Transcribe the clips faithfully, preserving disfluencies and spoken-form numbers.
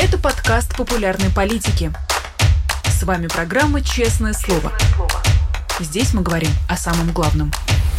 Это подкаст популярной политики. С вами программа «Честное слово». Здесь мы говорим о самом главном.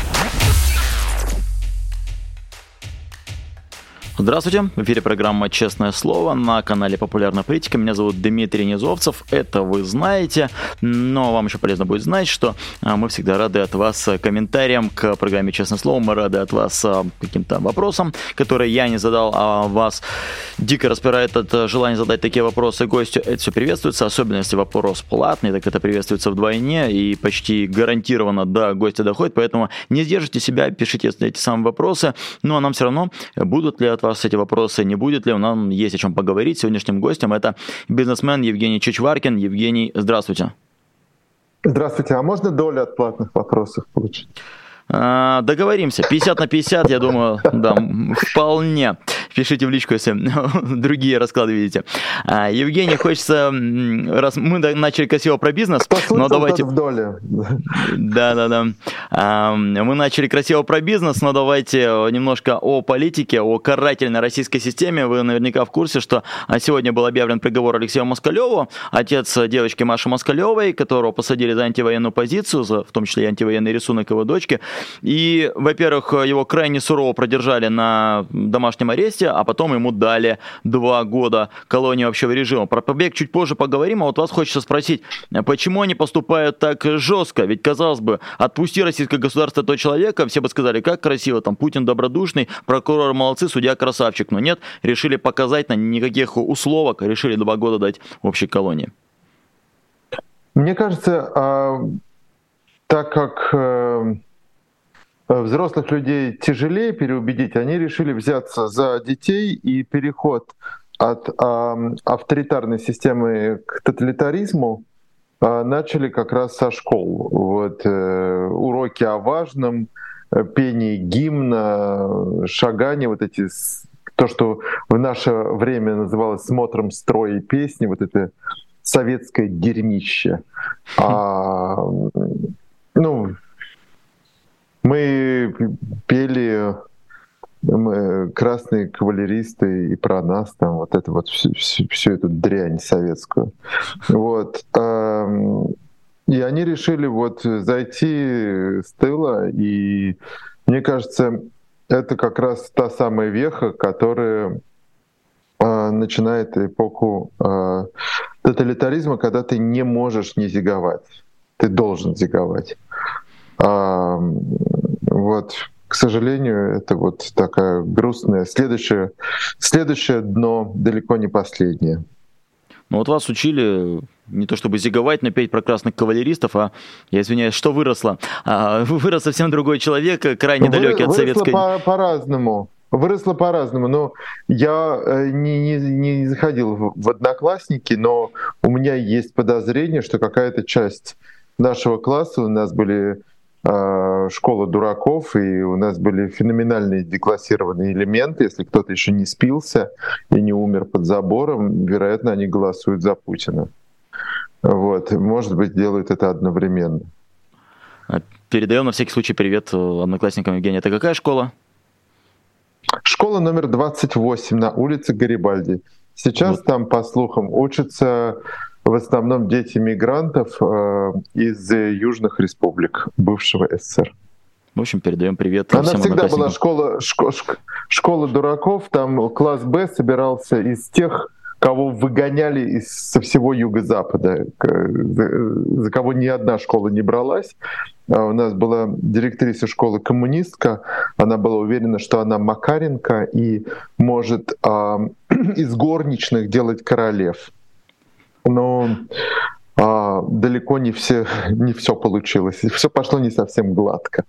Здравствуйте, в эфире программа «Честное слово» на канале «Популярная политика». Меня зовут Дмитрий Низовцев, это вы знаете, но вам еще полезно будет знать, что мы всегда рады от вас комментариям к программе «Честное слово», мы рады от вас каким-то вопросам, которые я не задал, а вас дико распирает от желания задать такие вопросы гостю. Это все приветствуется, особенно если вопрос платный, так это приветствуется вдвойне и почти гарантированно до гостя доходит, поэтому не сдержите себя, пишите эти самые вопросы, ну а нам все равно, будут ли от вас эти вопросы, не будет ли, у нас есть о чем поговорить. Сегодняшним гостем это бизнесмен Евгений Чичваркин. Евгений, здравствуйте. Здравствуйте. А можно долю от платных вопросов получить? А, договоримся. пятьдесят на пятьдесят, я думаю, да, вполне. Пишите в личку, если другие расклады видите. А, Евгений, хочется, раз мы начали красиво про бизнес, Кто но давайте... в доле. Да-да-да. А, мы начали красиво про бизнес, но давайте немножко о политике, о карательной российской системе. Вы наверняка в курсе, что сегодня был объявлен приговор Алексею Москалеву, отец девочки Маши Москалевой, которого посадили за антивоенную позицию, за, в том числе и антивоенный рисунок его дочки. И, во-первых, его крайне сурово продержали на домашнем аресте, а потом ему дали два года колонии общего режима. Про побег чуть позже поговорим, а вот вас хочется спросить, почему они поступают так жестко? Ведь, казалось бы, отпусти российское государство этого человека, все бы сказали, как красиво, там Путин добродушный, прокурор молодцы, судья красавчик. Но нет, решили показать, на никаких условок, решили два года дать общей колонии. Мне кажется, так как взрослых людей тяжелее переубедить, они решили взяться за детей, и переход от э, авторитарной системы к тоталитаризму э, начали как раз со школ. Вот, э, уроки о важном, э, пении гимна, шагание, вот эти, то, что в наше время называлось смотром строя и песни, вот это советское дерьмище. А, ну, Мы пели мы, «Красные кавалеристы» и про нас, там, вот это вот всю, всю, всю эту дрянь советскую. Вот. И они решили вот зайти с тыла, и мне кажется, это как раз та самая веха, которая начинает эпоху тоталитаризма, когда ты не можешь не зиговать, ты должен зиговать. А, вот, к сожалению, это вот такая грустная. Следующее, следующее дно далеко не последнее. Ну вот вас учили не то чтобы зиговать, но петь про красных кавалеристов, а, я извиняюсь, что выросло? А, вырос совсем другой человек, крайне Вы, далекий от советской... Выросло по, по-разному. Выросло по-разному. Но я не, не, не заходил в, в «Одноклассники», но у меня есть подозрение, что какая-то часть нашего класса, у нас были школа дураков, и у нас были феноменальные деклассированные элементы. Если кто-то еще не спился и не умер под забором, вероятно, они голосуют за Путина. Вот. Может быть, делают это одновременно. Передаем на всякий случай привет одноклассникам. Евгения, это какая школа? Школа номер двадцать восемь на улице Гарибальди. Сейчас вот. Там, по слухам, учатся в основном дети мигрантов э, из южных республик бывшего СССР. В общем, передаем привет Она всем всегда была школа, школа, школа дураков, там класс Б собирался из тех, кого выгоняли из, со всего юго-запада, за, за кого ни одна школа не бралась. У нас была директриса школы коммунистка, она была уверена, что она Макаренко и может э, из горничных делать королев. Но а, далеко не все, не все получилось. Все пошло не совсем гладко.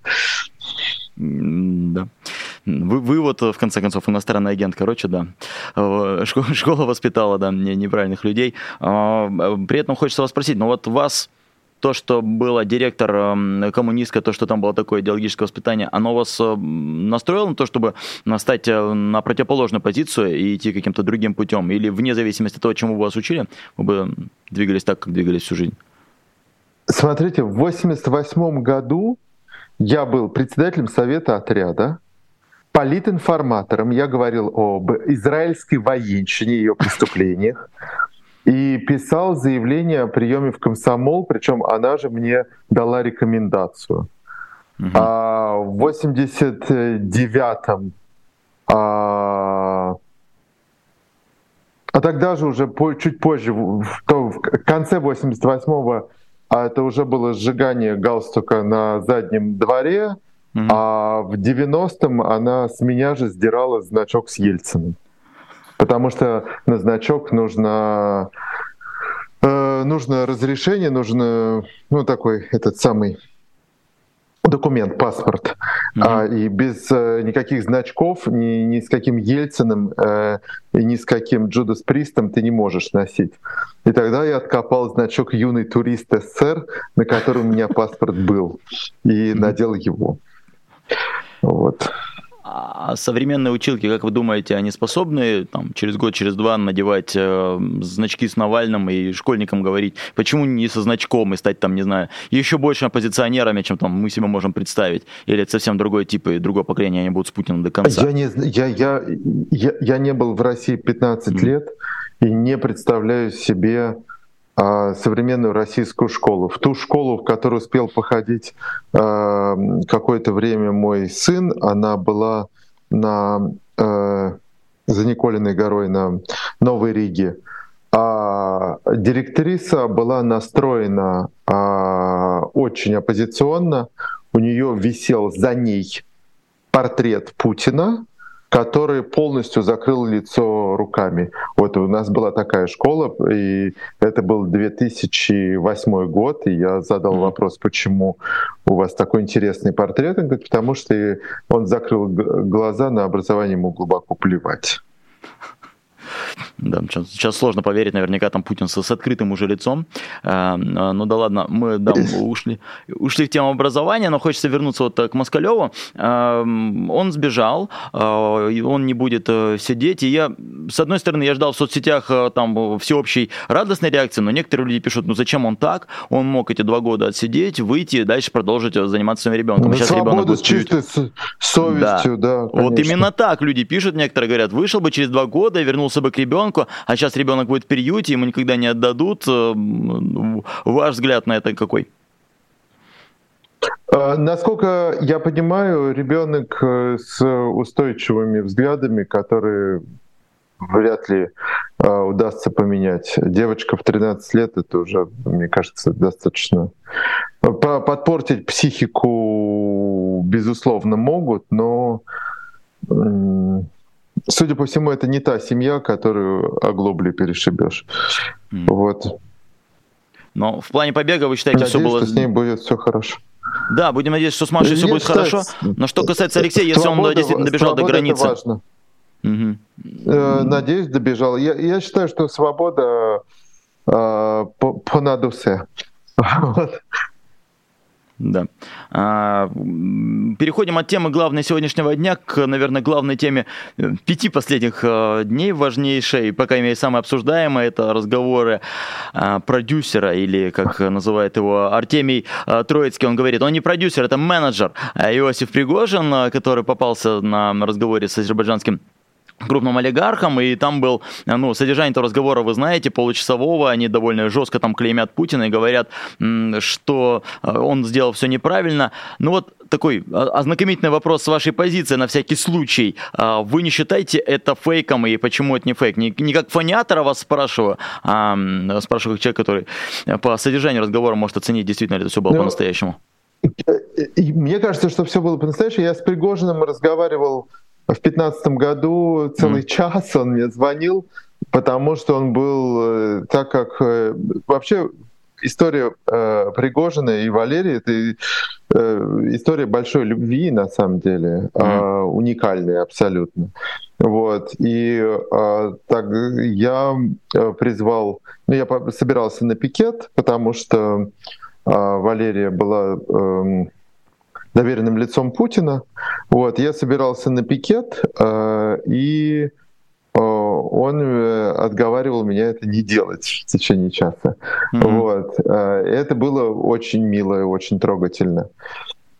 Да. Вы, вывод, в конце концов, иностранный агент, короче, да. Школа, школа воспитала, да, неправильных людей. При этом хочется вас спросить, ну вот вас... То, что было директор коммунистка, то, что там было такое идеологическое воспитание, оно вас настроило на то, чтобы стать на противоположную позицию и идти каким-то другим путем? Или вне зависимости от того, чему вас учили, вы бы двигались так, как двигались всю жизнь? Смотрите, в восемьдесят восьмом году я был председателем совета отряда, политинформатором, я говорил об израильской военщине и ее преступлениях, и писал заявление о приеме в комсомол, причем она же мне дала рекомендацию. Uh-huh. А в восемьдесят девятом, а, а тогда же уже по, чуть позже, в, в конце восемьдесят восьмого, а это уже было сжигание галстука на заднем дворе, uh-huh. а в девяностом она с меня же сдирала значок с Ельциным. Потому что на значок нужно, э, нужно разрешение, нужно, ну, такой этот самый документ, паспорт. Mm-hmm. А, и без э, никаких значков, ни, ни с каким Ельциным, э, и ни с каким Джудас Пристом ты не можешь носить. И тогда я откопал значок «Юный турист СССР», на котором у меня паспорт был, и mm-hmm. надел его. Вот. А современные училки, как вы думаете, они способны там, через год, через два надевать э, значки с Навальным и школьникам говорить, почему не со значком и стать там, не знаю, еще больше оппозиционерами, чем там мы себе можем представить? Или это совсем другой тип и другое поколение, они будут с Путиным до конца? Я не, я, я, я, я не был в России пятнадцать mm-hmm. лет и не представляю себе а, современную российскую школу. В ту школу, в которую успел походить а, какое-то время мой сын, она была на, а, за Николиной горой на Новой Риге. А директриса была настроена а, очень оппозиционно. У нее висел за ней портрет Путина, который полностью закрыл лицо руками. Вот у нас была такая школа, и это был две тысячи восьмой год, и я задал вопрос, почему у вас такой интересный портрет. Он говорит, потому что он закрыл глаза, на образование ему глубоко плевать. Да, сейчас, сейчас сложно поверить, наверняка там Путин с, с открытым уже лицом. А, ну да ладно, мы да, ушли, ушли в тему образования, но хочется вернуться вот к Москалеву. А, он сбежал, а, он не будет сидеть. И я, с одной стороны, я ждал в соцсетях там всеобщей радостной реакции, но некоторые люди пишут, ну зачем он так? Он мог эти два года отсидеть, выйти и дальше продолжить заниматься своим ребенком. Ну, сейчас ребенок будет с чистой совестью, да. да вот именно так люди пишут, некоторые говорят, вышел бы через два года и вернулся бы к ребенку, а сейчас ребенок будет в приюте, ему никогда не отдадут. Ваш взгляд на это какой? Насколько я понимаю, ребенок с устойчивыми взглядами, которые вряд ли удастся поменять. Девочка в тринадцать лет, это уже, мне кажется, достаточно. Подпортить психику, безусловно, могут, но судя по всему, это не та семья, которую оглоблей перешибешь. Mm. Вот. Но в плане побега вы считаете, Надеюсь, все было... что с ней будет все хорошо. Да, будем надеяться, что с Машей все будет считаю, хорошо. Но что касается Алексея, если свобода, он действительно добежал до границы... Это важно. Mm-hmm. Надеюсь, добежал. Я, я считаю, что свобода э, по, по надусе. Вот. Да. Переходим от темы главной сегодняшнего дня к, наверное, главной теме пяти последних дней, важнейшей, по крайней мере, самой обсуждаемой. Это разговоры продюсера, или, как называет его Артемий Троицкий, он говорит, он не продюсер, это менеджер Иосиф Пригожин, который попался на разговоре с азербайджанским крупным олигархом, и там был, ну, содержание этого разговора, вы знаете, получасового, они довольно жестко там клеймят Путина и говорят, что он сделал все неправильно. Ну вот такой ознакомительный вопрос с вашей позиции на всякий случай. Вы не считаете это фейком, и почему это не фейк? Не, не как фониатора вас спрашиваю, а спрашиваю как человек, который по содержанию разговора может оценить, действительно ли это все было ну, по-настоящему. Мне кажется, что все было по-настоящему. Я с Пригожиным разговаривал в пятнадцатом году целый mm. час, он мне звонил, потому что он был, так как вообще история э, Пригожина и Валерия — это э, история большой любви, на самом деле, mm. э, уникальная абсолютно. Вот. И э, так я призвал, ну я собирался на пикет, потому что э, Валерия была... Э, доверенным лицом Путина. Вот, я собирался на пикет, э, и э, он отговаривал меня это не делать в течение часа. Mm-hmm. Вот, э, это было очень мило и очень трогательно.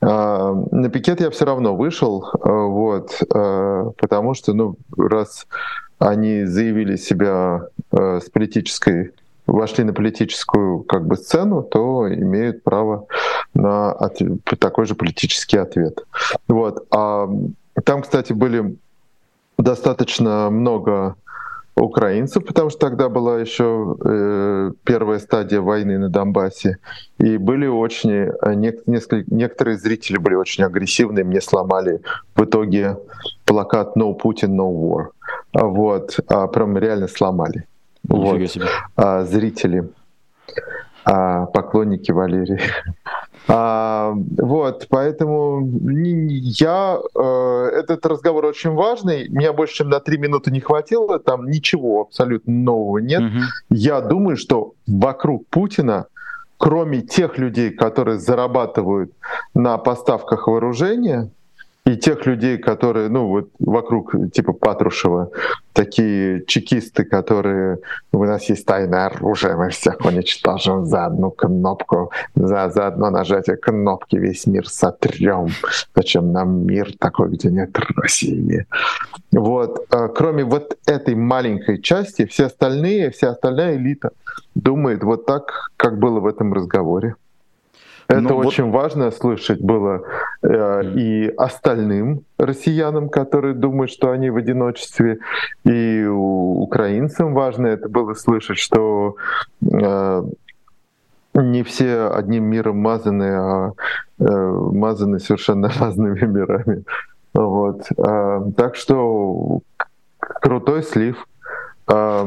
На пикет я все равно вышел, вот, потому что, ну, раз они заявили себя с политической, вошли на политическую как бы сцену, то имеют право на ответ, такой же политический ответ. Вот. А там, кстати, были достаточно много украинцев, потому что тогда была еще э, первая стадия войны на Донбассе, и были очень не, несколько, некоторые зрители были очень агрессивные, мне сломали в итоге плакат "No Putin, no war", вот, а, прям реально сломали. Вот. А, зрители, а, поклонники Валерии. А, вот, поэтому я, э, этот разговор очень важный. Меня больше, чем на три минуты не хватило, там ничего абсолютно нового нет. Mm-hmm. Я думаю, что вокруг Путина, кроме тех людей, которые зарабатывают на поставках вооружения, и тех людей, которые, ну вот вокруг типа Патрушева, такие чекисты, которые: у нас есть тайное оружие, мы всех уничтожим за одну кнопку, за, за одно нажатие кнопки весь мир сотрем. Зачем нам мир такой, где нет России? Вот. Кроме вот этой маленькой части, все остальные, вся остальная элита думает вот так, как было в этом разговоре. Это ну, очень вот... важно слышать было э, mm. и остальным россиянам, которые думают, что они в одиночестве, и у, украинцам важно это было слышать, что э, не все одним миром мазаны, а э, мазаны совершенно разными мирами. Вот. Э, так что крутой слив. Э,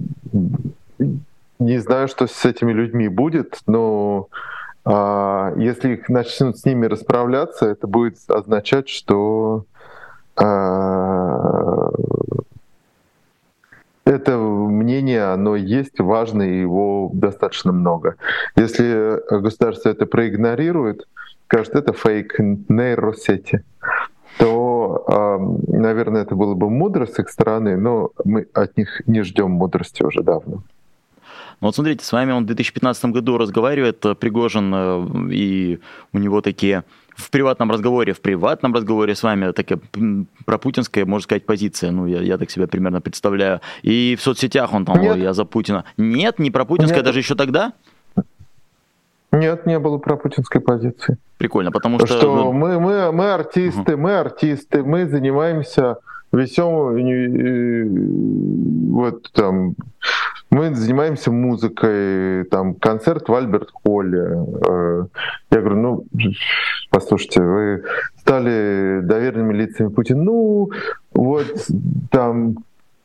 не знаю, что с этими людьми будет, но если их начнут с ними расправляться, это будет означать, что это мнение, оно есть, важно, и его достаточно много. Если государство это проигнорирует, скажет, это фейк, нейросети, то, наверное, это было бы мудро с их стороны, но мы от них не ждем мудрости уже давно. Ну вот смотрите, с вами он в две тысячи пятнадцатом году разговаривает, Пригожин, и у него такие в приватном разговоре, в приватном разговоре с вами такая пропутинская, можно сказать, позиция. Ну, я, я так себя примерно представляю. И в соцсетях он там: ой, я за Путина. Нет, не пропутинская, даже еще тогда? Нет, не было пропутинской позиции. Прикольно, потому что... Что мы, мы, мы артисты, uh-huh. мы артисты, мы занимаемся весём, вот там... Мы занимаемся музыкой, там, концерт в Альберт-Холле. Я говорю, ну, послушайте, вы стали доверенными лицами Путина. Ну, вот там,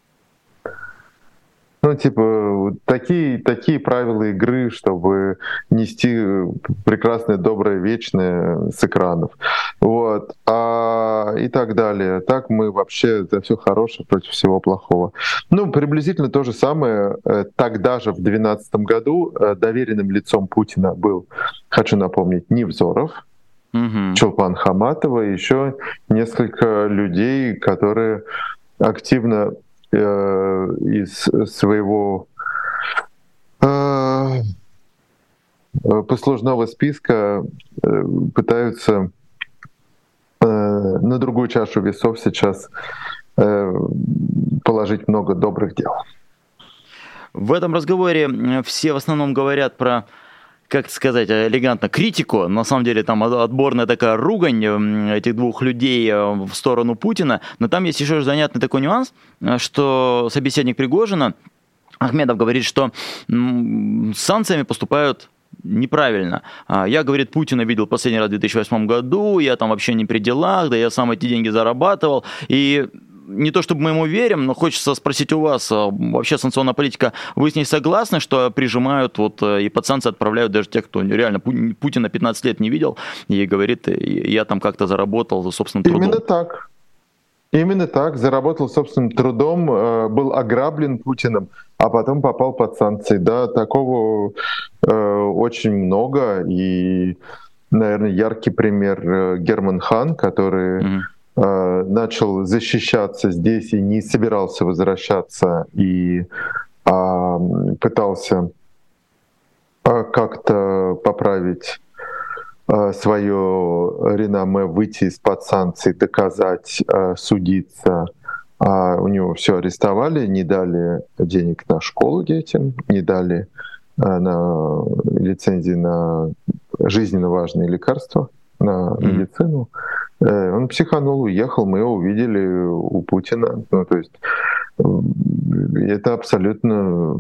ну, типа, такие, такие правила игры, чтобы нести прекрасное, доброе, вечное с экранов. Вот. А, и так далее. Так мы вообще, это все хорошее против всего плохого. Ну, приблизительно то же самое. Тогда же, в две тысячи двенадцатом году, доверенным лицом Путина был, хочу напомнить, Невзоров, mm-hmm. Чулпан Хаматова, и еще несколько людей, которые активно из своего э, послужного списка э, пытаются э, на другую чашу весов сейчас э, положить много добрых дел. В этом разговоре все в основном говорят про, как сказать элегантно, критику. На самом деле там отборная такая ругань этих двух людей в сторону Путина. Но там есть еще занятный такой нюанс, что собеседник Пригожина, Ахмедов, говорит, что с санкциями поступают неправильно. Я, говорит, Путина видел последний раз в две тысячи восьмом году, я там вообще не при делах, да я сам эти деньги зарабатывал. И не то чтобы мы ему верим, но хочется спросить у вас, вообще санкционная политика, вы с ней согласны, что прижимают вот и под санкции отправляют даже тех, кто реально Путина пятнадцать лет не видел, и говорит, я там как-то заработал за собственным трудом? Именно так. Именно так. Заработал собственным трудом, был ограблен Путиным, а потом попал под санкции. Да, такого очень много, и, наверное, яркий пример Герман Хан, который... Mm-hmm. начал защищаться здесь и не собирался возвращаться, и а, пытался а, как-то поправить свое реноме, выйти из-под санкций, доказать, судиться. А у него все арестовали, не дали денег на школу детям, не дали на лицензии на жизненно важные лекарства, на медицину. Mm-hmm. Он психанул, уехал, мы его увидели у Путина. Ну, то есть это абсолютно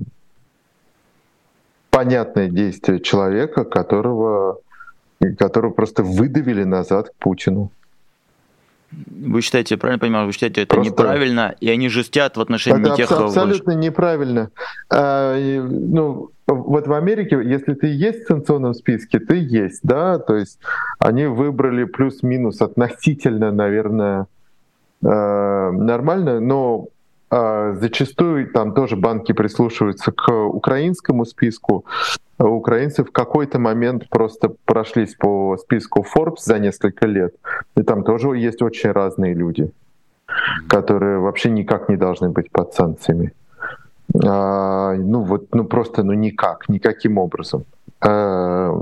понятное действие человека, которого, которого просто выдавили назад к Путину. Вы считаете, правильно понимаю, вы считаете, это просто неправильно, и они жестят в отношении это тех... Это абсолютно неправильно. А, ну, вот в Америке, если ты есть в санкционном списке, ты есть, да, то есть они выбрали плюс-минус относительно, наверное, нормально, но зачастую там тоже банки прислушиваются к украинскому списку. Украинцы в какой-то момент просто прошлись по списку Forbes за несколько лет, и там тоже есть очень разные люди, которые вообще никак не должны быть под санкциями. А, ну вот, ну просто, ну никак, никаким образом. А,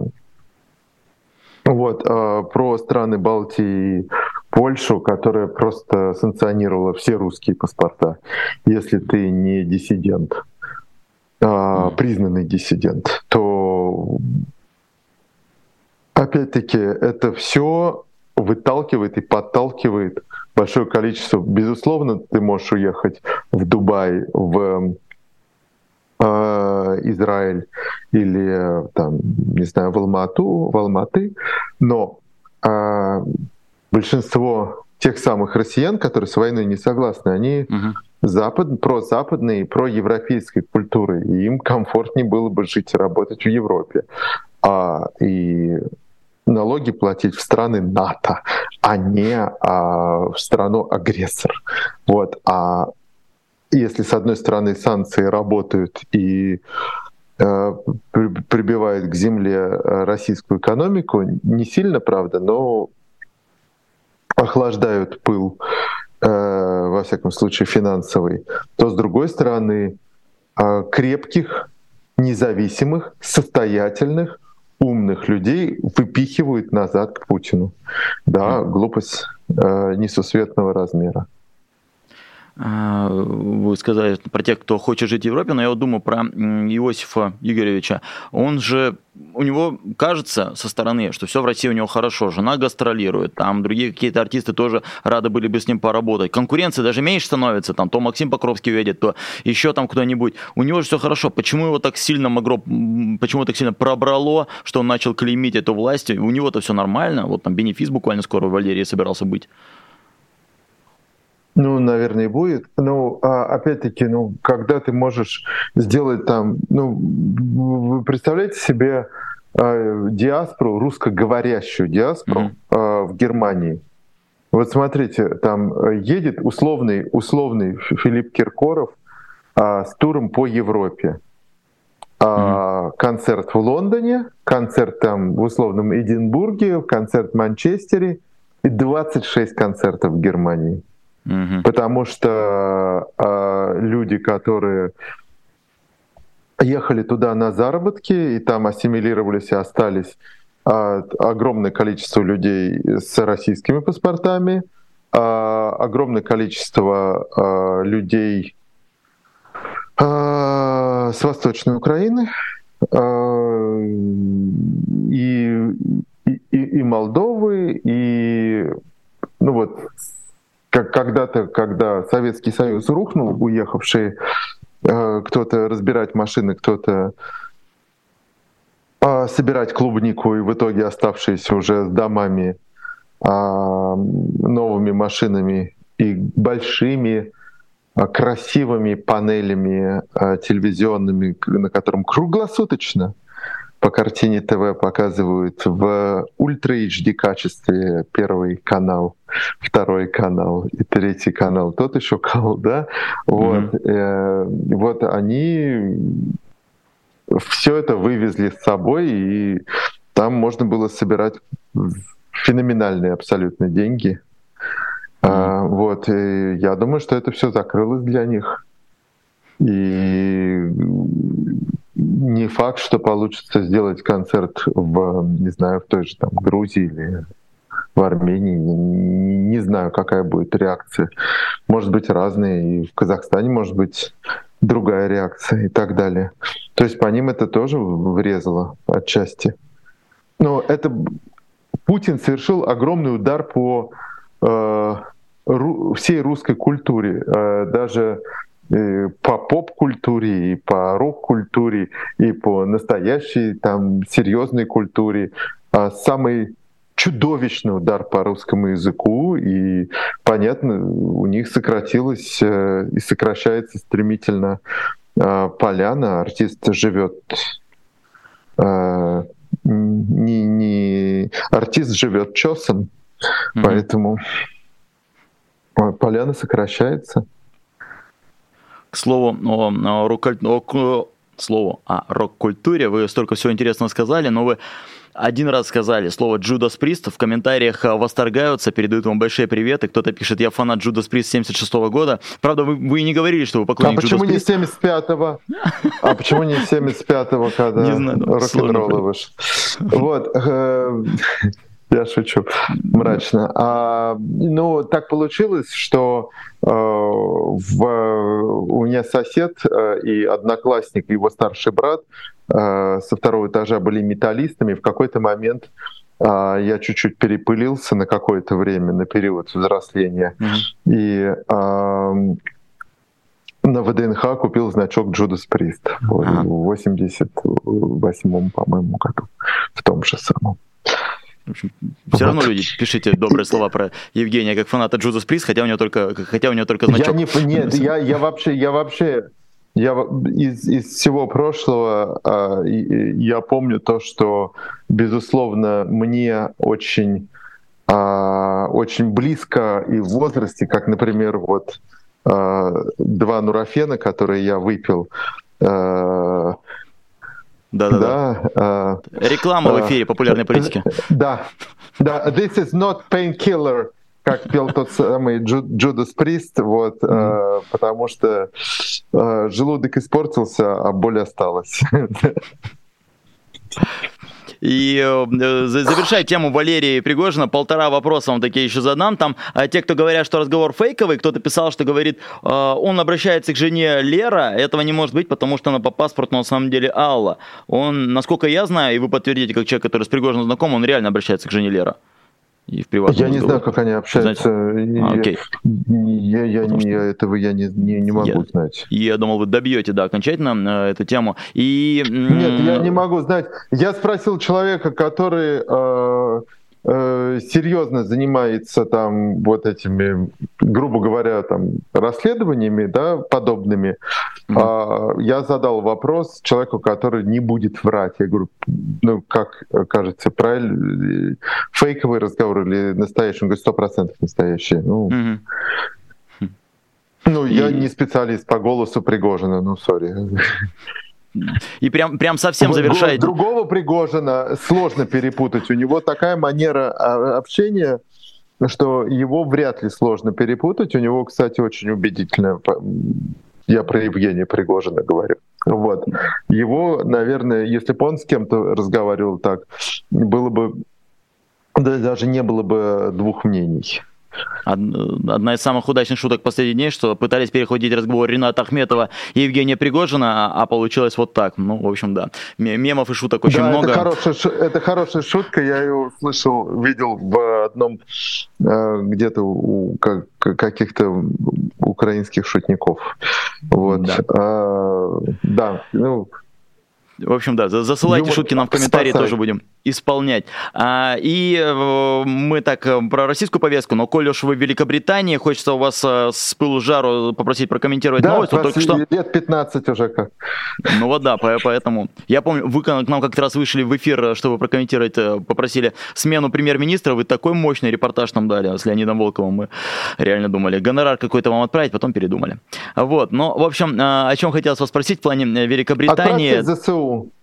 вот, а, про страны Балтии и Польшу, которая просто санкционировала все русские паспорта, если ты не диссидент. Признанный диссидент, то опять-таки это все выталкивает и подталкивает большое количество. Безусловно, ты можешь уехать в Дубай, в э, Израиль или там, не знаю, в Алмату, в Алматы, но э, большинство тех самых россиян, которые с войной не согласны, они uh-huh. Запад, прозападной и проевропейской культуры, и им комфортнее было бы жить и работать в Европе. А, и налоги платить в страны НАТО, а не а, в страну-агрессор. Вот. А если, с одной стороны, санкции работают и э, прибивают к земле российскую экономику, не сильно, правда, но охлаждают пыл, во всяком случае финансовый, то, с другой стороны, крепких, независимых, состоятельных, умных людей выпихивают назад к Путину. Да, глупость несусветного размера. Вы сказали про тех, кто хочет жить в Европе, но я вот думаю про Иосифа Игоревича. Он же, у него кажется со стороны, что все в России у него хорошо, жена гастролирует, там другие какие-то артисты тоже рады были бы с ним поработать. Конкуренция даже меньше становится, там то Максим Покровский уедет, то еще там кто-нибудь. У него же все хорошо. Почему его так сильно могло, почему так сильно пробрало, что он начал клеймить эту власть? У него-то все нормально. Вот там бенефис буквально скоро в Валерии собирался быть. Ну, наверное, и будет. Но, опять-таки, ну, когда ты можешь сделать там... Ну, вы представляете себе э, диаспору, русскоговорящую диаспору mm-hmm. э, в Германии? Вот смотрите, там едет условный, условный Филипп Киркоров э, с туром по Европе. Mm-hmm. Концерт в Лондоне, концерт там в условном Эдинбурге, концерт в Манчестере и двадцать шесть концертов в Германии. Uh-huh. Потому что э, люди, которые ехали туда на заработки и там ассимилировались и остались, э, огромное количество людей с российскими паспортами, э, огромное количество э, людей э, с Восточной Украины э, и, и, и Молдовы, и ну вот как когда-то, когда Советский Союз рухнул, уехавшие э, кто-то разбирать машины, кто-то э, собирать клубнику, и в итоге оставшиеся уже с домами, э, новыми машинами и большими э, красивыми панелями э, телевизионными, на котором круглосуточно по картине ТВ показывают в ультра эйч ди качестве первый канал, второй канал и третий канал, тот еще канал, да? Вот, mm-hmm. э, вот они все это вывезли с собой, и там можно было собирать феноменальные абсолютно деньги. Mm-hmm. А, вот, и я думаю, что это все закрылось для них. И не, не факт, что получится сделать концерт в, не знаю, в той же там Грузии или в Армении. Не, не знаю, какая будет реакция. Может быть, разные. И в Казахстане может быть другая реакция и так далее. То есть по ним это тоже врезало отчасти. Но это Путин совершил огромный удар по э, ру, всей русской культуре, э, даже э, по поп-культуре, и по рок-культуре, и по настоящей там серьезной культуре. А самый чудовищный удар по русскому языку, и, понятно, у них сократилось э, и сокращается стремительно э, поляна. Артист живет... Э, не, не... Артист живет чесом, mm-hmm. поэтому поляна сокращается. К слову о, о, о, о, слову о рок-культуре, вы столько всего интересного сказали, но вы один раз сказали слово «Джудас Прист», в комментариях восторгаются, передают вам большие приветы. Кто-то пишет: «Я фанат Джудас Прист семьдесят шестого года». Правда, вы, вы не говорили, что вы поклонник Джудас Прист. А почему не семьдесят пятого? А почему не семьдесят пятого, когда рок-н-ролл вышел? Вот. Я шучу мрачно. А, ну, так получилось, что э, в, у меня сосед э, и одноклассник, его старший брат э, со второго этажа были металлистами. В какой-то момент э, я чуть-чуть перепылился на какое-то время, на период взросления. Mm-hmm. И э, на ВДНХ купил значок Judas Priest uh-huh. в восемьдесят восьмом, по-моему, году, в том же самом. В общем, все равно люди, пишите добрые слова про Евгения как фаната Judas Priest, хотя у него только, хотя у него только значок. Я не, нет, я, я вообще, я вообще, я из, из всего прошлого э, я помню то, что, безусловно, мне очень, э, очень близко и в возрасте, как, например, вот э, два нурофена, которые я выпил. Э, Да-да-да. Да, uh, Реклама uh, в эфире популярной политики. Да, да. This is not painkiller, как пел тот самый Judas Priest, вот, mm. uh, потому что uh, желудок испортился, а боль осталась. И э, завершая тему Валерии Пригожина, полтора вопроса вам такие еще задам. Там э, те, кто говорят, что разговор фейковый, кто-то писал, что говорит, э, он обращается к жене Лера, этого не может быть, потому что она по паспорту на самом деле Алла. Он, насколько я знаю, и вы подтвердите, как человек, который с Пригожиным знаком, он реально обращается к жене Лера. И в приватном я разговоре. Не знаю, как они общаются. А, окей. Я, я, я, я этого я не, не, не могу я, знать. Я думал, вы добьете, да, окончательно э, эту тему. И... Нет, я не могу знать. Я спросил человека, который э, э, серьезно занимается там вот этими, грубо говоря, там расследованиями, да, подобными. Mm-hmm. Э, я задал вопрос человеку, который не будет врать. Я говорю, ну, как кажется, правильно, фейковый разговор или настоящий? Он говорит, сто процентов настоящий. Ну, mm-hmm. ну И... я не специалист по голосу Пригожина, ну, сори. И прям, прям совсем завершает. Другого Пригожина сложно перепутать. У него такая манера общения, что его вряд ли сложно перепутать. У него, кстати, очень убедительно. Я про Евгения Пригожина говорю. Вот. Его, наверное, если бы он с кем-то разговаривал так, было бы, да, даже не было бы двух мнений. Одна из самых удачных шуток последних дней, что пытались перехватить разговор Рената Ахметова и Евгения Пригожина, а получилось вот так. Ну, в общем, да. Мемов и шуток очень да, много. Это хорошая, это хорошая шутка. Я ее слышал, видел в одном где-то у каких-то украинских шутников. Вот. Да. А, да. Ну, в общем, да, засылайте Юмор шутки нам в комментарии, спасает. Тоже будем исполнять. А, и э, мы так про российскую повестку, но коль уж вы в Великобритании, хочется у вас э, с пылу с жару попросить прокомментировать да, новость. Вот только что... лет пятнадцать уже как. Ну вот да, поэтому. Я помню, вы к нам как-то раз вышли в эфир, чтобы прокомментировать, попросили смену премьер-министра, вы такой мощный репортаж нам дали с Леонидом Волковым, мы реально думали, гонорар какой-то вам отправить, потом передумали. Вот, но, в общем, о чем хотелось вас спросить в плане Великобритании. Отправьте ЗСУ.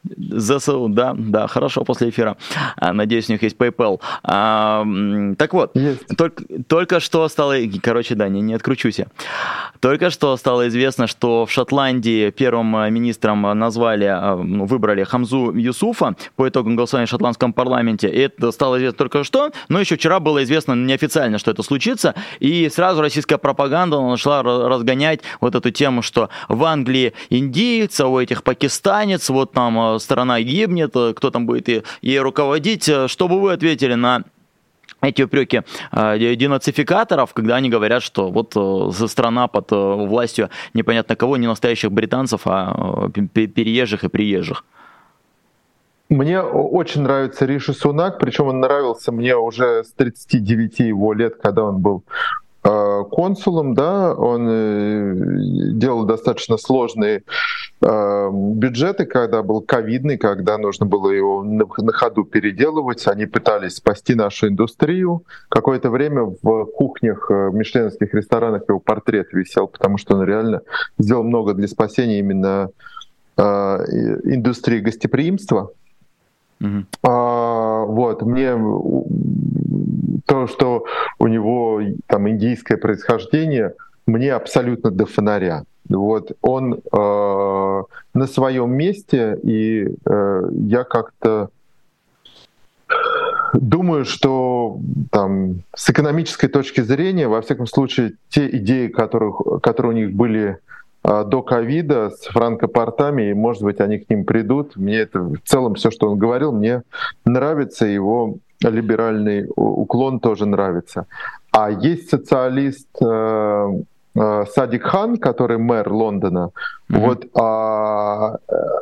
ЗСУ, да, да, хорошо, после эфира. Надеюсь, у них есть PayPal. А, так вот, только, только что стало... Короче, да, не, не откручусь я. Только что стало известно, что в Шотландии первым министром назвали, ну, выбрали Хамзу Юсуфа по итогам голосования в шотландском парламенте. И это стало известно только что, но еще вчера было известно неофициально, что это случится. И сразу российская пропаганда начала разгонять вот эту тему, что в Англии индиец, а у этих пакистанец, вот там страна гибнет, кто там будет ей руководить. Что бы вы ответили на эти упреки денацификаторов, когда они говорят, что вот страна под властью непонятно кого, не настоящих британцев, а переезжих и приезжих? Мне очень нравится Риши Сунак, причем он нравился мне уже с тридцати девяти его лет, когда он был консулом, да, он делал достаточно сложные бюджеты, когда был ковидный, когда нужно было его на ходу переделывать. Они пытались спасти нашу индустрию. Какое-то время в кухнях мишленовских ресторанах его портрет висел, потому что он реально сделал много для спасения именно индустрии гостеприимства. Mm-hmm. А, вот, мне то, что у него там индийское происхождение, мне абсолютно до фонаря. Вот он э, на своем месте, и э, я как-то думаю, что там с экономической точки зрения, во всяком случае, те идеи, которых, которые у них были э, до ковида с франкопортами, и, может быть, они к ним придут. Мне это в целом все, что он говорил, мне нравится, его либеральный уклон тоже нравится. А есть социалист э, э, Садик Хан, который мэр Лондона. Mm-hmm. Вот а,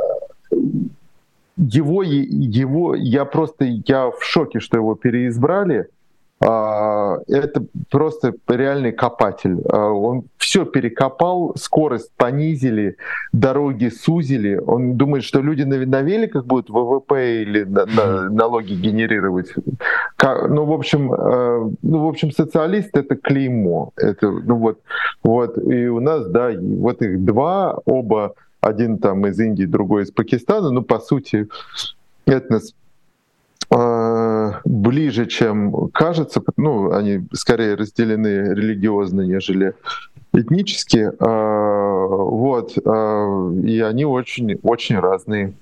его, его, я просто я в шоке, что его переизбрали. А, это просто реальный копатель. А, он все перекопал, скорость понизили, дороги сузили. Он думает, что люди на, на великах будут ВВП или на, на, налоги генерировать. Ну, в общем, э, ну, в общем, социалист — это клеймо. Это, ну, вот, вот. И у нас, да, вот их два, оба, один там из Индии, другой из Пакистана. Ну, по сути, этнос ближе, чем кажется, ну, они скорее разделены религиозно, нежели этнически, вот, и они очень, очень разные.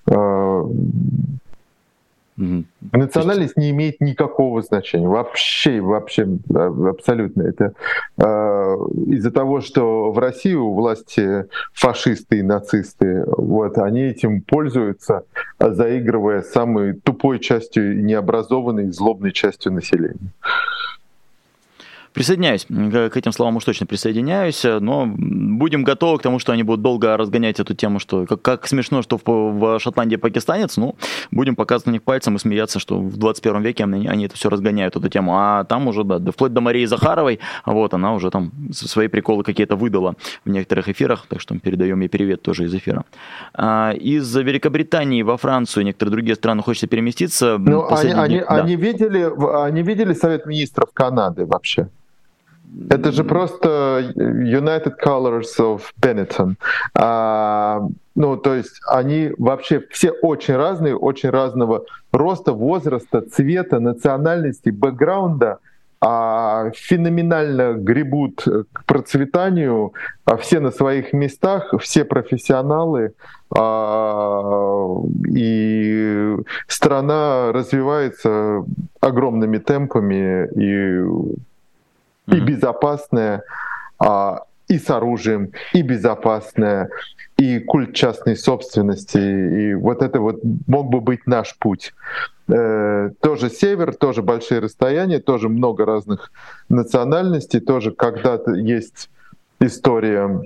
Mm-hmm. Национальность не имеет никакого значения, вообще, вообще, абсолютно. Это э, из-за того, что в России у власти фашисты и нацисты, вот, они этим пользуются, заигрывая самой тупой частью, необразованной, злобной частью населения. Присоединяюсь, к этим словам уж точно присоединяюсь, но будем готовы к тому, что они будут долго разгонять эту тему, что как, как смешно, что в, в Шотландии пакистанец, ну, будем показывать на них пальцем и смеяться, что в двадцать первом веке они, они это все разгоняют, эту тему, а там уже, да, вплоть до Марии Захаровой, вот, она уже там свои приколы какие-то выдала в некоторых эфирах, так что передаем ей привет тоже из эфира. А, из Великобритании во Францию, некоторые другие страны хочется переместиться. Ну, они, они, да. они, видели, они видели Совет министров Канады вообще? Это же просто United Colors of Benetton. А, ну, то есть они вообще все очень разные, очень разного роста, возраста, цвета, национальности, бэкграунда, а, феноменально гребут к процветанию, а, все на своих местах, все профессионалы, а, и страна развивается огромными темпами, и и безопасная, а, и с оружием, и безопасная, и культ частной собственности. И вот это вот мог бы быть наш путь. Э, тоже север, тоже большие расстояния, тоже много разных национальностей, тоже когда-то есть история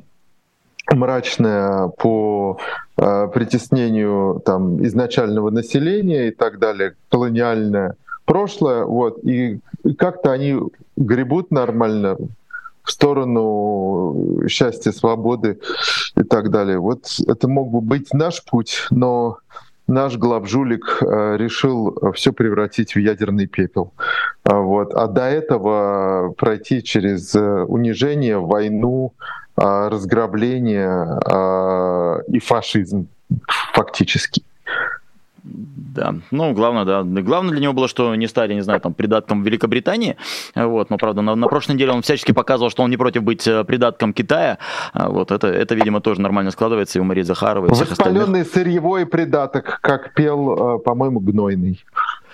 мрачная по э, притеснению там, изначального населения и так далее, колониальная. Прошлое, вот, и, и как-то они гребут нормально в сторону счастья, свободы и так далее. Вот это мог бы быть наш путь, но наш главжулик э, решил все превратить в ядерный пепел. А, вот. А до этого пройти через унижение, войну, э, разграбление э, и фашизм фактически. Да, ну, главное, да. Главное для него было, что не стали, не знаю, там, придатком Великобритании. Вот, но, правда, на, на прошлой неделе он всячески показывал, что он не против быть придатком Китая. Вот, это, это, видимо, тоже нормально складывается и у Марии Захаровой, и всех остальных. Воспаленный сырьевой придаток, как пел, по-моему, Гнойный.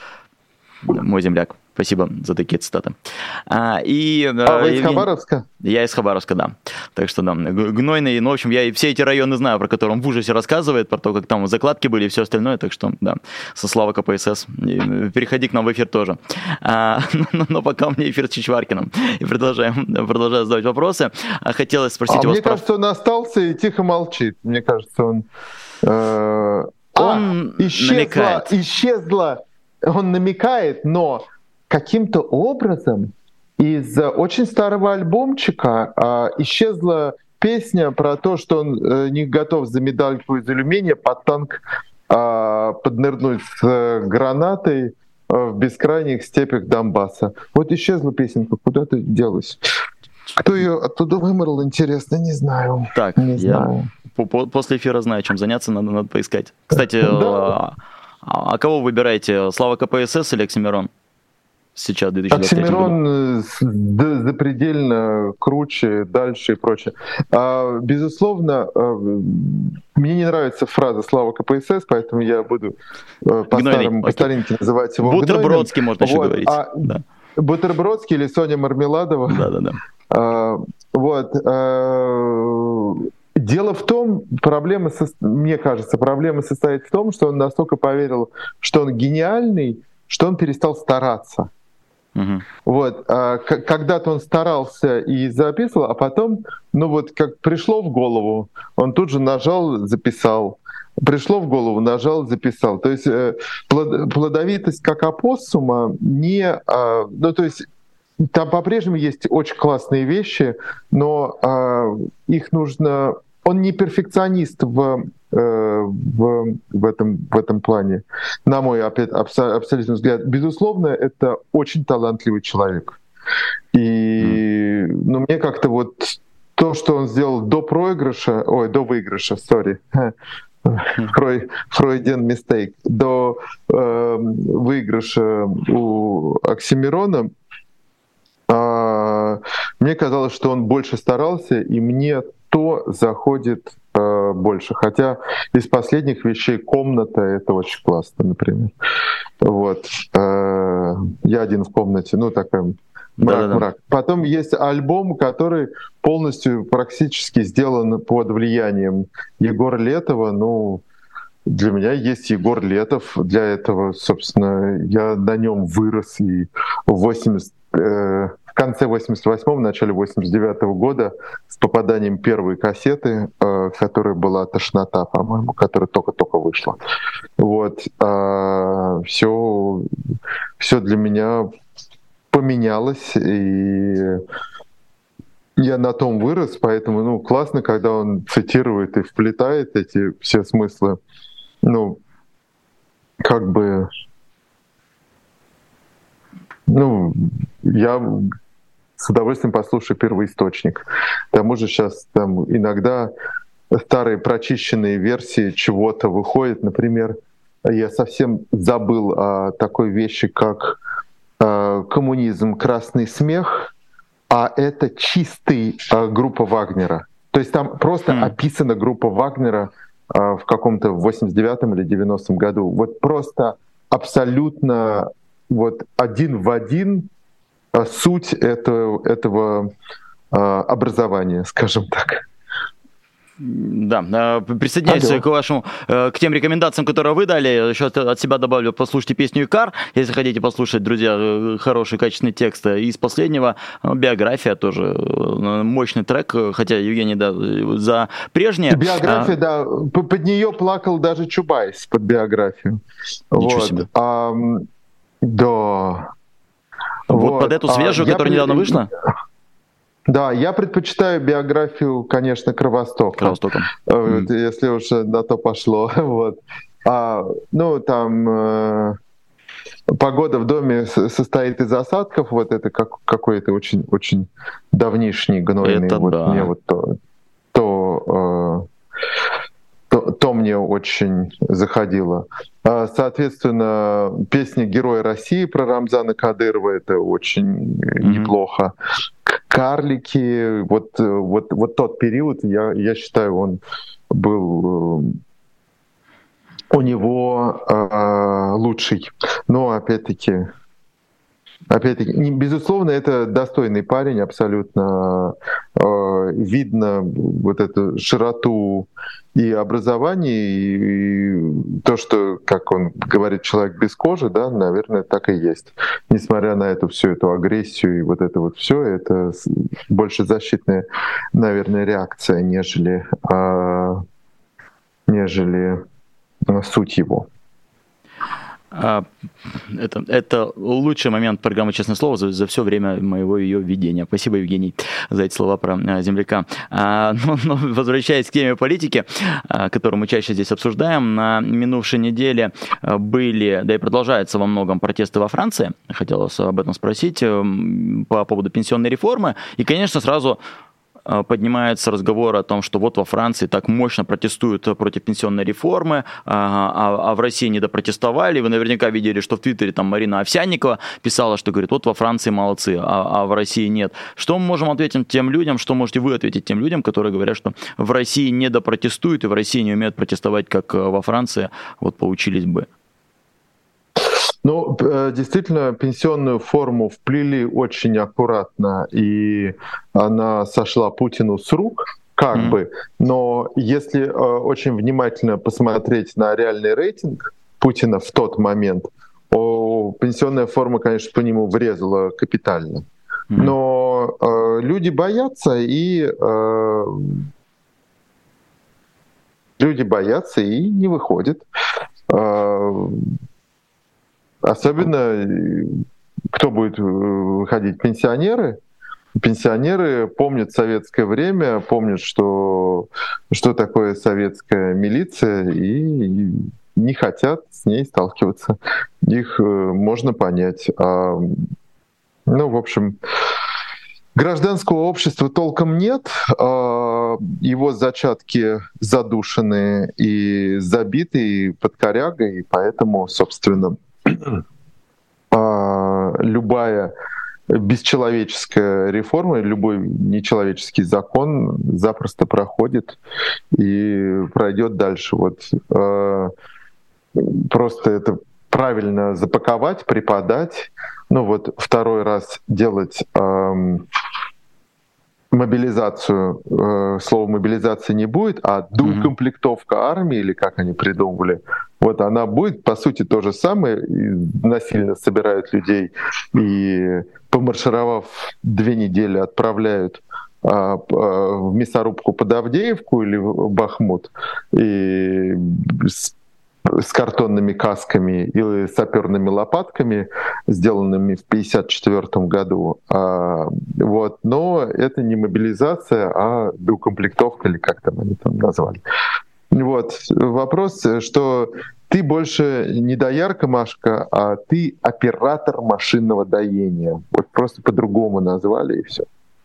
Мой земляк. Спасибо за такие цитаты. А, и, а вы Евгений... из Хабаровска? Я из Хабаровска, да. Так что, да, Гнойный, ну, в общем, я и все эти районы знаю, про которые он в ужасе рассказывает, про то, как там закладки были и все остальное, так что, да, со слава КПСС. Переходи к нам в эфир тоже. А, но, но пока у меня эфир с Чичваркиным. И продолжаем, продолжаю задавать вопросы. Хотелось спросить а у вас... мне про... кажется, он остался и тихо молчит. Мне кажется, он... Э... Он а, исчезла, намекает. Исчезла, он намекает, но... Каким-то образом из очень старого альбомчика а, исчезла песня про то, что он а, не готов за медальку из алюминия под танк а, поднырнуть с а, гранатой а, в бескрайних степях Донбасса. Вот исчезла песенка, куда-то делась. Кто ее оттуда выморал, интересно, не знаю. Так, не я знаю. После эфира знаю, чем заняться, надо, надо поискать. Кстати, да. а, а кого вы выбираете, Слава КПСС или Оксимирон? Сейчас, в две тысячи двадцать третьем Оксимирон запредельно круче, дальше и прочее. А, безусловно, мне не нравится фраза «Слава КПСС», поэтому я буду по-старому, по старинке называть его Бутербродский, можно еще вот. говорить. А, да. Бутербродский или Соня Мармеладова. Да-да-да. А, вот. А, дело в том, проблема, мне кажется, проблема состоит в том, что он настолько поверил, что он гениальный, что он перестал стараться. Uh-huh. Вот, а, к- когда-то он старался и записывал, а потом, ну вот, как пришло в голову, он тут же нажал, записал. Пришло в голову, нажал, записал. То есть э, плод- плодовитость как опоссума не... А, ну, то есть там по-прежнему есть очень классные вещи, но а, их нужно... Он не перфекционист в, э, в, в, этом, в этом плане, на мой опять, абсолютный взгляд. Безусловно, это очень талантливый человек. И ну, мне как-то вот то, что он сделал до проигрыша, ой, до выигрыша, сори, Freudian mistake, до э, выигрыша у Оксимирона, э, мне казалось, что он больше старался, и мне то заходит э, больше. Хотя из последних вещей «Комната» — это очень классно, например. Вот. Э, я один в комнате, ну такой мрак-мрак. Потом есть альбом, который полностью практически сделан под влиянием Егора Летова. Ну, для меня есть Егор Летов. Для этого, собственно, я на нем вырос. И в восемьдесят э, в конце восемьдесят восьмого, в начале восемьдесят девятого года с попаданием первой кассеты, э, которая была «Тошнота», по-моему, которая только-только вышла. Вот. Э, все, все для меня поменялось, и я на том вырос, поэтому ну, классно, когда он цитирует и вплетает эти все смыслы. Ну, как бы... Ну, я с удовольствием послушаю первоисточник. К тому же сейчас там иногда старые прочищенные версии чего-то выходят. Например, я совсем забыл о такой вещи, как э, коммунизм, красный смех, а это чистый э, группа Вагнера. То есть там просто mm. описана группа Вагнера э, в каком-то восемьдесят девятом или девяностом году. Вот просто абсолютно вот один в один суть этого, этого э, образования, скажем так. Да, присоединяюсь Алло. к вашему, к тем рекомендациям, которые вы дали. Еще от себя добавлю, послушайте песню «Икар», если хотите послушать, друзья, хороший, качественный текст. Из последнего «Биография» тоже мощный трек, хотя Евгений, да, за прежнее. Биография, а... да, под нее плакал даже Чубайс, под биографию. Ничего вот. себе. А, да. Вот, вот под эту свежую, а, которая я... недавно вышла? Да, я предпочитаю биографию, конечно, Кровостока. Кровостоком. Mm. Если уж на то пошло. Вот. А, ну, там э, погода в доме состоит из осадков. Вот это как, какой-то очень, очень давнишний гнойный. Это вот да. Мне вот то, то, э, то, то мне очень очень заходило. Соответственно, песня «Герой России» про Рамзана Кадырова — это очень mm-hmm. неплохо. «Карлики», вот, вот, вот тот период, я, я считаю, он был у него э, лучший. Но опять-таки, опять-таки, безусловно, это достойный парень, абсолютно э, видно вот эту широту и образования, и, и то, что, как он говорит, человек без кожи, да, наверное, так и есть. Несмотря на эту всю эту агрессию и вот это вот все, это больше защитная, наверное, реакция, нежели, э, нежели суть его. Это, это лучший момент программы «Честное слово» за, за все время моего ее ведения. Спасибо, Евгений, за эти слова про земляка. А, но, но, возвращаясь к теме политики, а, которую мы чаще здесь обсуждаем, на минувшей неделе были, да и продолжаются во многом протесты во Франции. Хотелось об этом спросить по поводу пенсионной реформы. И, конечно, сразу поднимается разговор о том, что вот во Франции так мощно протестуют против пенсионной реформы, а, а в России не допротестовали. Вы наверняка видели, что в Твиттере там Марина Овсянникова писала, что говорит, вот во Франции молодцы, а, а в России нет. Что мы можем ответить тем людям, что можете вы ответить тем людям, которые говорят, что в России не допротестуют и в России не умеют протестовать, как во Франции, вот поучились бы? Ну, действительно, пенсионную форму вплели очень аккуратно, и она сошла Путину с рук, как mm-hmm. бы. Но если э, очень внимательно посмотреть на реальный рейтинг Путина в тот момент, о, пенсионная форма, конечно, по нему врезала капитально. Mm-hmm. Но э, люди боятся, и э, люди боятся и не выходят. Э, Особенно, кто будет выходить? Пенсионеры. Пенсионеры помнят советское время, помнят, что, что такое советская милиция, и не хотят с ней сталкиваться. Их можно понять. А, ну, в общем, гражданского общества толком нет. А, его зачатки задушены и забиты и под корягой, и поэтому, собственно, любая бесчеловеческая реформа, любой нечеловеческий закон запросто проходит и пройдет дальше. Вот просто это правильно запаковать, преподать. Ну вот второй раз делать мобилизацию, э, слова мобилизации не будет, а доукомплектовка mm-hmm. армии, или как они придумывали, вот она будет, по сути, то же самое, и насильно собирают людей и, помаршировав две недели, отправляют а, а, в мясорубку под Авдеевку или в Бахмут, и с с картонными касками или саперными лопатками, сделанными в пятьдесят четвёртом году. А, вот. Но это не мобилизация, а доукомплектовка, или как там они там назвали. Вот. Вопрос, что ты больше не доярка, Машка, а ты оператор машинного доения. Вот просто по-другому назвали, и все.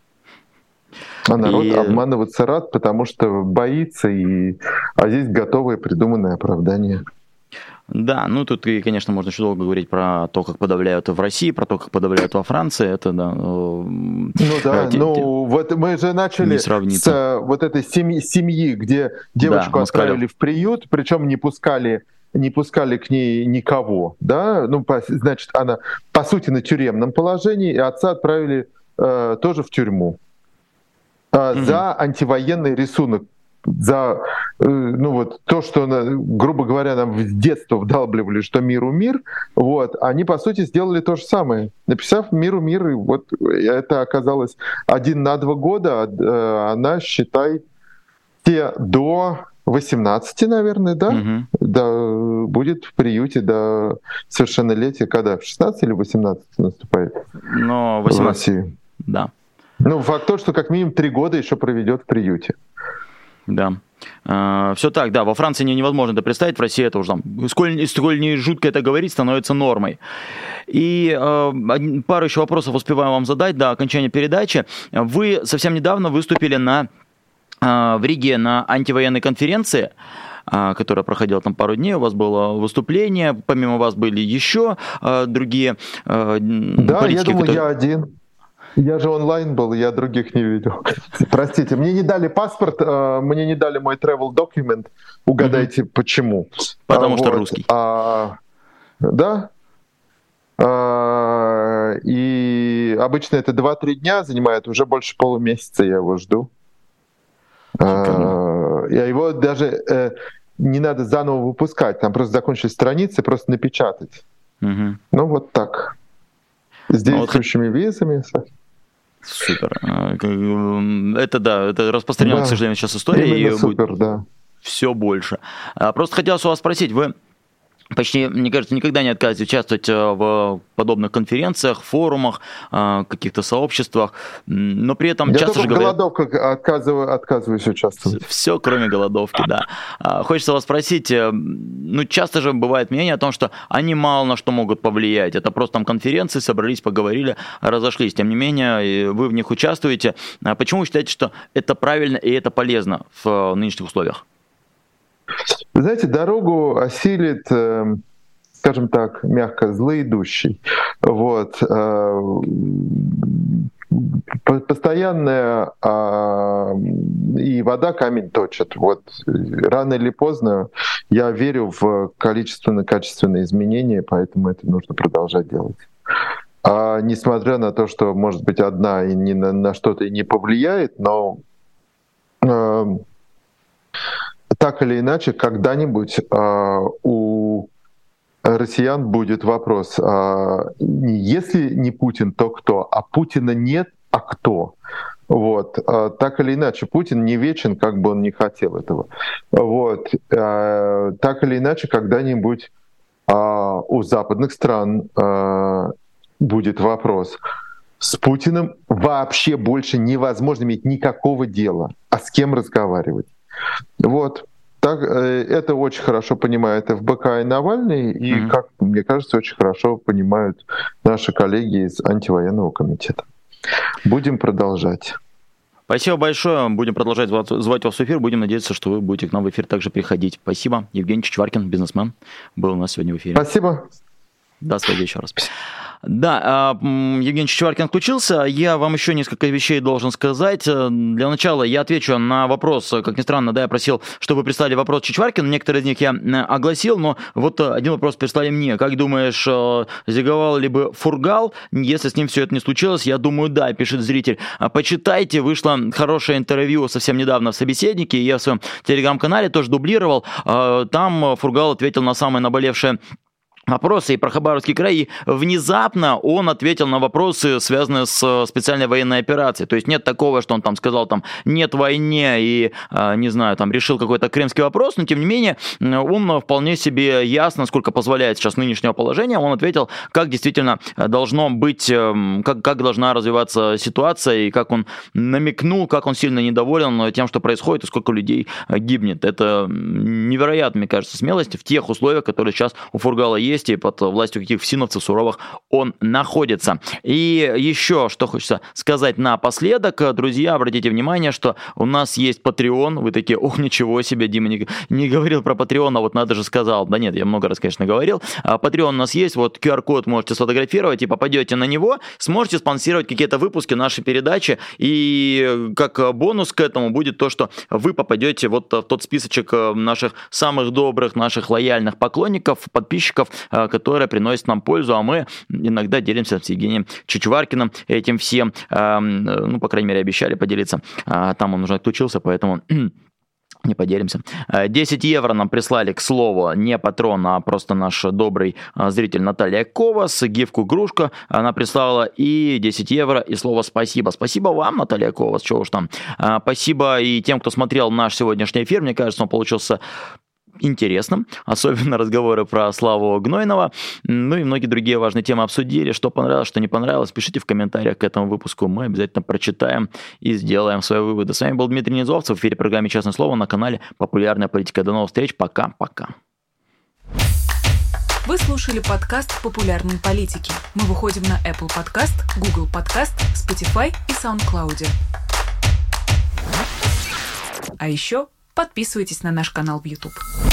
А народ и... обманываться рад, потому что боится, и... а здесь готовое придуманное оправдание. Да, ну тут, конечно, можно еще долго говорить про то, как подавляют в России, про то, как подавляют во Франции. Это, да. Ну да, те, ну те... вот мы же начали с вот этой семьи, семьи где девочку да, отправили в приют, причем не пускали, не пускали к ней никого, да, ну, значит, она, по сути, на тюремном положении, и отца отправили э, тоже в тюрьму. Mm-hmm. За антивоенный рисунок, за ну вот то, что, грубо говоря, нам с детства вдалбливали, что миру мир, вот, они, по сути, сделали то же самое. Написав миру мир, и вот это оказалось один на два года, а она, считай, те до восемнадцати, наверное, да, mm-hmm. да, будет в приюте до совершеннолетия, когда? В шестнадцать или восемнадцать наступает? Но восемнадцать. В России. Да. Ну, факт то, что как минимум три года еще проведет в приюте. Да. Все так, да, во Франции невозможно это представить, в России это уже там, сколь, сколь не жутко это говорить, становится нормой. И э, пару еще вопросов успеваю вам задать до окончания передачи. Вы совсем недавно выступили на, э, в Риге на антивоенной конференции. которая проходила там пару дней, у вас было выступление, помимо вас были еще другие да, политики. Да, я думаю, которые... я один. Я же онлайн был, я других не видел. Простите, мне не дали паспорт, мне не дали мой travel document. Угадайте, mm-hmm. почему? Потому а, что вот. русский. А, да. А, и обычно это два-три дня занимает, уже больше полумесяца я его жду. А, я его даже э, не надо заново выпускать, там просто закончились страницы, просто напечатать. Mm-hmm. Ну вот так. С действующими вот... визами. Супер. Это да, это распространенная, да. к сожалению, сейчас история. Именно и супер, будет да. Все больше. Просто хотелось у вас спросить, вы почти, мне кажется, никогда не отказываетесь участвовать в подобных конференциях, форумах, каких-то сообществах, но при этом Я часто же говорят... Я только в голодовках отказываю, отказываюсь участвовать. Все, кроме голодовки, да. Хочется вас спросить, ну, часто же бывает мнение о том, что они мало на что могут повлиять. Это просто там конференции, собрались, поговорили, разошлись. Тем не менее, вы в них участвуете. Почему вы считаете, что это правильно и это полезно в нынешних условиях? Вы знаете, дорогу осилит, скажем так, мягко, злоидущий. Вот. Постоянная и вода камень точит. Вот. Рано или поздно я верю в количественно-качественные изменения, поэтому это нужно продолжать делать. А несмотря на то, что, может быть, одна и ни на, на что-то и не повлияет, но... Так или иначе, когда-нибудь э, у россиян будет вопрос, э, если не Путин, то кто? А Путина нет, а кто? Вот. Э, так или иначе, Путин не вечен, как бы он ни хотел этого. Вот. Э, так или иначе, когда-нибудь э, у западных стран э, будет вопрос. С Путиным вообще больше невозможно иметь никакого дела. А с кем разговаривать? Вот. Так, это очень хорошо понимает эф бэ ка и Навальный, и, mm-hmm. как мне кажется, очень хорошо понимают наши коллеги из антивоенного комитета. Будем продолжать. Спасибо большое. Будем продолжать звать, звать вас в эфир. Будем надеяться, что вы будете к нам в эфир также приходить. Спасибо. Евгений Чичваркин, бизнесмен, был у нас сегодня в эфире. Спасибо. До связи еще раз. Да, Евгений Чичваркин включился. Я вам еще несколько вещей должен сказать. Для начала я отвечу на вопрос. Как ни странно, да, я просил, чтобы вы прислали вопрос Чичваркину. Некоторые из них я огласил, но вот один вопрос прислали мне. Как думаешь, зиговал ли бы Фургал, если с ним все это не случилось? Я думаю, да, пишет зритель. Почитайте, вышло хорошее интервью совсем недавно в «Собеседнике». Я в своем телеграм-канале тоже дублировал. Там Фургал ответил на самые наболевшие вопросы и про Хабаровский край, и внезапно он ответил на вопросы, связанные с специальной военной операцией. То есть нет такого, что он там сказал, там, нет войне и, не знаю, там, решил какой-то крымский вопрос, но тем не менее он вполне себе ясно, насколько позволяет сейчас нынешнее положение, он ответил, как действительно должно быть, как, как должна развиваться ситуация, и как он намекнул, как он сильно недоволен тем, что происходит, и сколько людей гибнет. Это невероятно, мне кажется, смелость в тех условиях, которые сейчас у Фургала есть, и под властью каких фсиновцев суровых он находится. И еще, что хочется сказать напоследок, друзья, обратите внимание, что у нас есть Patreon. Вы такие, ох, ничего себе, Дима не, не говорил про Patreon, а вот надо же сказал. Да нет, я много раз, конечно, говорил. Patreon у нас есть, вот ку ар код можете сфотографировать и попадете на него, сможете спонсировать какие-то выпуски нашей передачи, и как бонус к этому будет то, что вы попадете вот в тот списочек наших самых добрых, наших лояльных поклонников, подписчиков, которая приносит нам пользу, а мы иногда делимся с Евгением Чичваркиным этим всем, ну, по крайней мере, обещали поделиться, там он уже отключился, поэтому не поделимся. десять евро нам прислали, к слову, не патрон, а просто наш добрый зритель Наталья Ковас, гифку «Грушка» она прислала, и десять евро, и слово «спасибо». Спасибо вам, Наталья Ковас, чего уж там. Спасибо и тем, кто смотрел наш сегодняшний эфир, мне кажется, он получился интересным, особенно разговоры про Славу Гнойного, ну и многие другие важные темы обсудили, что понравилось, что не понравилось, пишите в комментариях к этому выпуску, мы обязательно прочитаем и сделаем свои выводы. С вами был Дмитрий Низовцев, в эфире программы «Честное слово» на канале «Популярная политика». До новых встреч, пока-пока. Вы слушали подкаст «Популярные политики». Мы выходим на Apple Podcast, Google Podcast, Spotify и SoundCloud. А еще подписывайтесь на наш канал в YouTube.